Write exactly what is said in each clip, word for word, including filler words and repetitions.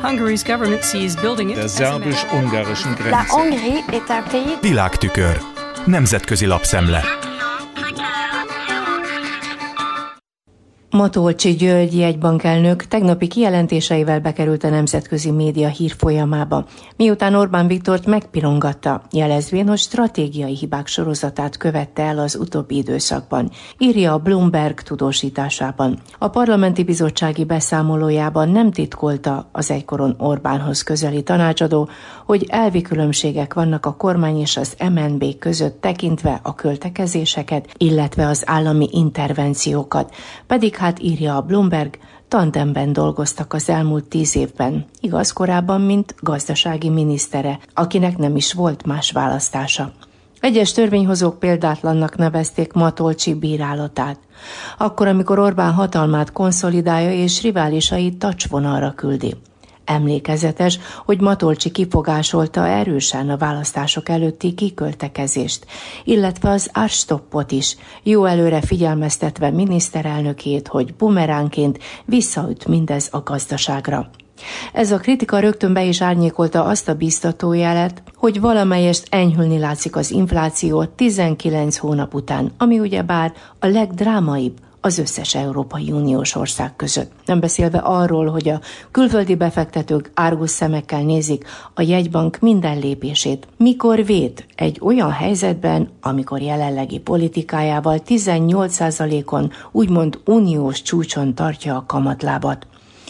Hungary's government sees building it. Der szerbus-ungarischen Grenze. La Hongrie est un pays. Világtükör. Nemzetközi lapszemle. Matolcsy György jegybankelnök tegnapi kijelentéseivel bekerült a nemzetközi média hírfolyamába, miután Orbán Viktort megpirongatta, jelezvén, hogy stratégiai hibák sorozatát követte el az utóbbi időszakban, írja a Bloomberg tudósításában. A parlamenti bizottsági beszámolójában nem titkolta az egykoron Orbánhoz közeli tanácsadó, hogy elvi különbségek vannak a kormány és az em en bé között tekintve a költekezéseket, illetve az állami intervenciókat, pedig hát írja a Bloomberg, tandemben dolgoztak az elmúlt tíz évben, igaz korábban, mint gazdasági minisztere, akinek nem is volt más választása. Egyes törvényhozók példátlannak nevezték Matolcsy bírálatát. Akkor, amikor Orbán hatalmát konszolidálja és riválisait tacsvonalra küldi. Emlékezetes, hogy Matolcsy kifogásolta erősen a választások előtti kiköltekezést, illetve az árstoppot is, jó előre figyelmeztetve miniszterelnökét, hogy bumeránként visszaüt mindez a gazdaságra. Ez a kritika rögtön be is árnyékolta azt a biztatójelet, hogy valamelyest enyhülni látszik az infláció tizenkilenc hónap után, ami ugyebár a legdrámaibb az összes Európai Uniós ország között. Nem beszélve arról, hogy a külföldi befektetők árgus szemekkel nézik a jegybank minden lépését, mikor vét egy olyan helyzetben, amikor jelenlegi politikájával tizennyolc százalékon úgymond uniós csúcson tartja a kamatlábat.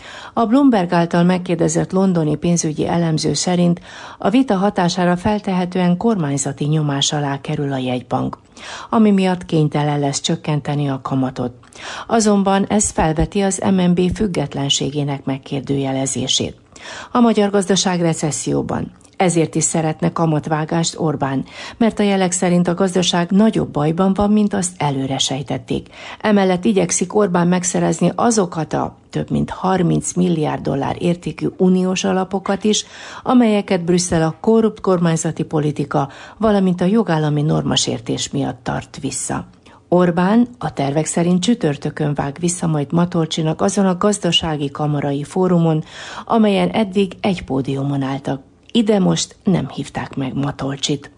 A Bloomberg által megkérdezett londoni pénzügyi elemző szerint a vita hatására feltehetően kormányzati nyomás alá kerül a jegybank, ami miatt kénytelen lesz csökkenteni a kamatot. Azonban ez felveti az em en bé függetlenségének megkérdőjelezését. A magyar gazdaság recesszióban. Ezért is szeretne kamatvágást Orbán, mert a jelek szerint a gazdaság nagyobb bajban van, mint azt előre sejtették. Emellett igyekszik Orbán megszerezni azokat a több mint harminc milliárd dollár értékű uniós alapokat is, amelyeket Brüsszel a korrupt kormányzati politika, valamint a jogállami normasértés miatt tart vissza. Orbán a tervek szerint csütörtökön vág vissza majd Matolcsynak azon a gazdasági kamarai fórumon, amelyen eddig egy pódiumon álltak. Ide most nem hívták meg Matolcsyt.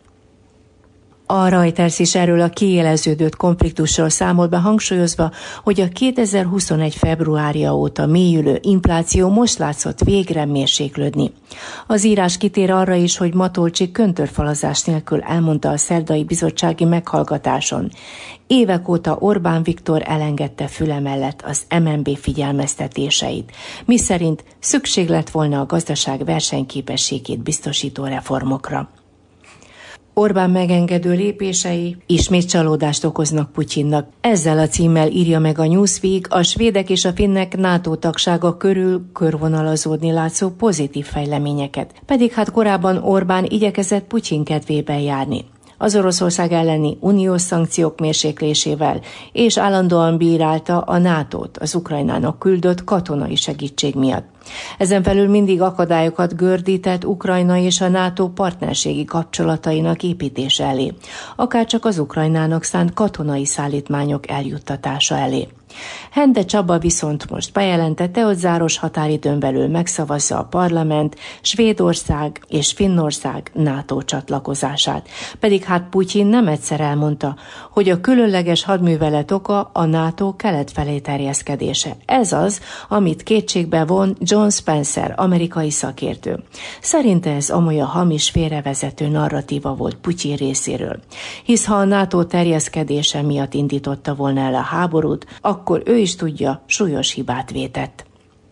A Reuters is erről a kiéleződött konfliktusról számol be, hangsúlyozva, hogy a kétezer-huszonegy februárja óta mélyülő infláció most látszott végre mérséklődni. Az írás kitér arra is, hogy Matolcsy köntörfalazás nélkül elmondta a szerdai bizottsági meghallgatáson. Évek óta Orbán Viktor elengedte füle mellett az em en bé figyelmeztetéseit, miszerint szükség lett volna a gazdaság versenyképességét biztosító reformokra. Orbán megengedő lépései ismét csalódást okoznak Putyinnak. Ezzel a címmel írja meg a Newsweek a svédek és a finnek NATO tagsága körül körvonalazódni látszó pozitív fejleményeket. Pedig hát korábban Orbán igyekezett Putyin kedvében járni. Az Oroszország elleni uniós szankciók mérséklésével, és állandóan bírálta a nátót az Ukrajnának küldött katonai segítség miatt. Ezen felül mindig akadályokat gördített Ukrajna és a NATO partnerségi kapcsolatainak építése elé, akárcsak az Ukrajnának szánt katonai szállítmányok eljuttatása elé. Hende Csaba viszont most bejelentette, hogy záros határidőn belül megszavazza a parlament Svédország és Finnország NATO csatlakozását. Pedig hát Putyin nem egyszer elmondta, hogy a különleges hadművelet oka a NATO kelet felé terjeszkedése. Ez az, amit kétségbe von John Spencer, amerikai szakértő. Szerinte ez amolyan hamis félrevezető narratíva volt Putyin részéről. Hisz ha a NATO terjeszkedése miatt indította volna el a háborút, akkor ő is tudja, súlyos hibát vétett.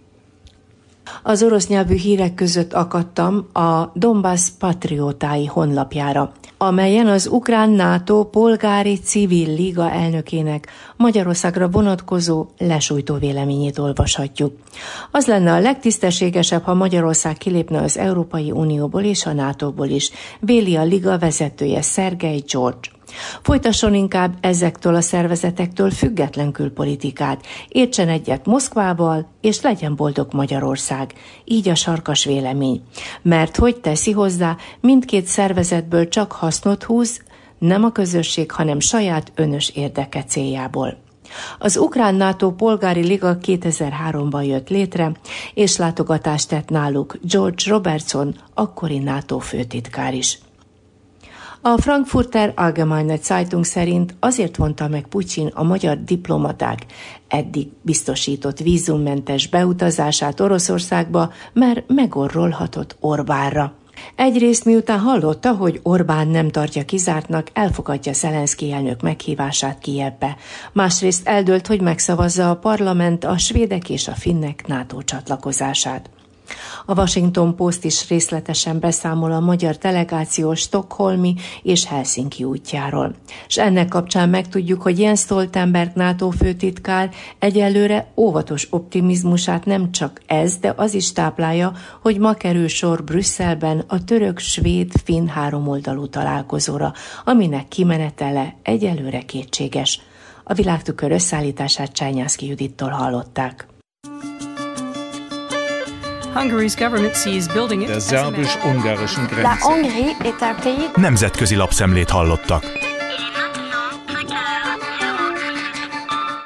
Az orosz nyelvű hírek között akadtam a Donbass Patriótái honlapjára, amelyen az ukrán NATO polgári civil liga elnökének Magyarországra vonatkozó lesújtó véleményét olvashatjuk. Az lenne a legtisztességesebb, ha Magyarország kilépne az Európai Unióból és a nátóból is, véli a liga vezetője Szergej George. Folytasson inkább ezektől a szervezetektől független külpolitikát, értsen egyet Moszkvával, és legyen boldog Magyarország. Így a sarkas vélemény. Mert hogy teszi hozzá, mindkét szervezetből csak hasznot húz, nem a közösség, hanem saját önös érdeke céljából. Az Ukrán NATO Polgári Liga kétezer-háromban jött létre, és látogatást tett náluk George Robertson, akkori NATO főtitkár is. A Frankfurter Allgemeine Zeitung szerint azért vonta meg Putyin a magyar diplomaták eddig biztosított vízummentes beutazását Oroszországba, mert megorrolhatott Orbánra. Egyrészt miután hallotta, hogy Orbán nem tartja kizártnak, elfogadja Zelenszkij elnök meghívását Kijevbe. Másrészt eldőlt, hogy megszavazza a parlament a svédek és a finnek NATO csatlakozását. A Washington Post is részletesen beszámol a magyar delegáció stockholmi és Helsinki útjáról. És ennek kapcsán megtudjuk, hogy Jens Stoltenberg NATO főtitkár egyelőre óvatos optimizmusát nem csak ez, de az is táplálja, hogy ma kerül sor Brüsszelben a török-svéd-finn háromoldalú találkozóra, aminek kimenetele egyelőre kétséges. A Világtükör összeállítását Csányászki Judittól hallották. Hungary's government sees building it Der as a matter- szerbus-ungarischen La Grenze. Hongrie est un pays Nemzetközi lapszemlét hallottak.